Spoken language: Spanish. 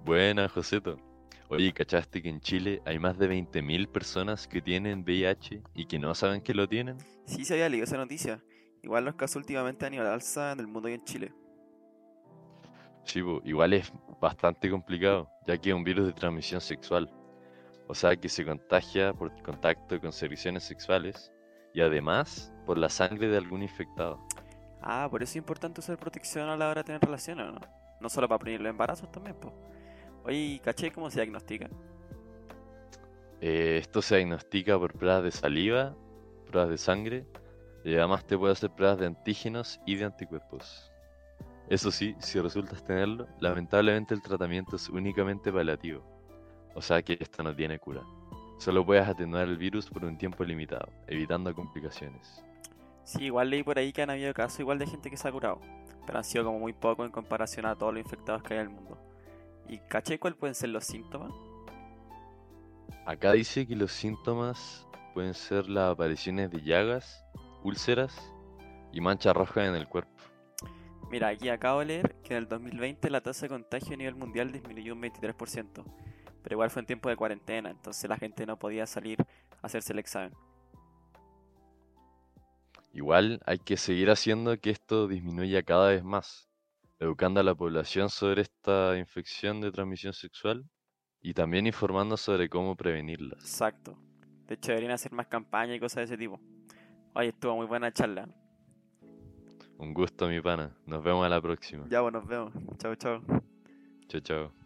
Buena, Joseto. Oye, ¿cachaste que en Chile hay más de 20.000 personas que tienen VIH y que no saben que lo tienen? Sí, se había leído esa noticia. Igual los casos últimamente han ido al alza en el mundo y en Chile. Sí, po, igual es bastante complicado, ya que es un virus de transmisión sexual, o sea que se contagia por contacto con secreciones sexuales y además por la sangre de algún infectado. Ah, por eso es importante usar protección a la hora de tener relaciones, ¿o no? No solo para prevenir los embarazos también, pues. Oye, ¿y caché cómo se diagnostica? Esto se diagnostica por pruebas de saliva, pruebas de sangre y además te puede hacer pruebas de antígenos y de anticuerpos. Eso sí, si resultas tenerlo, lamentablemente el tratamiento es únicamente paliativo, o sea que esto no tiene cura. Solo puedes atenuar el virus por un tiempo limitado, evitando complicaciones. Sí, igual leí por ahí que han habido casos igual de gente que se ha curado, pero han sido como muy poco en comparación a todos los infectados que hay en el mundo. ¿Y caché cuáles pueden ser los síntomas? Acá dice que los síntomas pueden ser las apariciones de llagas, úlceras y manchas rojas en el cuerpo. Mira, aquí acabo de leer que en el 2020 la tasa de contagio a nivel mundial disminuyó un 23%, pero igual fue en tiempo de cuarentena, entonces la gente no podía salir a hacerse el examen. Igual hay que seguir haciendo que esto disminuya cada vez más, educando a la población sobre esta infección de transmisión sexual y también informando sobre cómo prevenirlas. Exacto. De hecho, deberían hacer más campañas y cosas de ese tipo. Oye, estuvo muy buena charla. Un gusto, mi pana. Nos vemos a la próxima. Ya, pues nos vemos. Chao, chao. Chao, chao.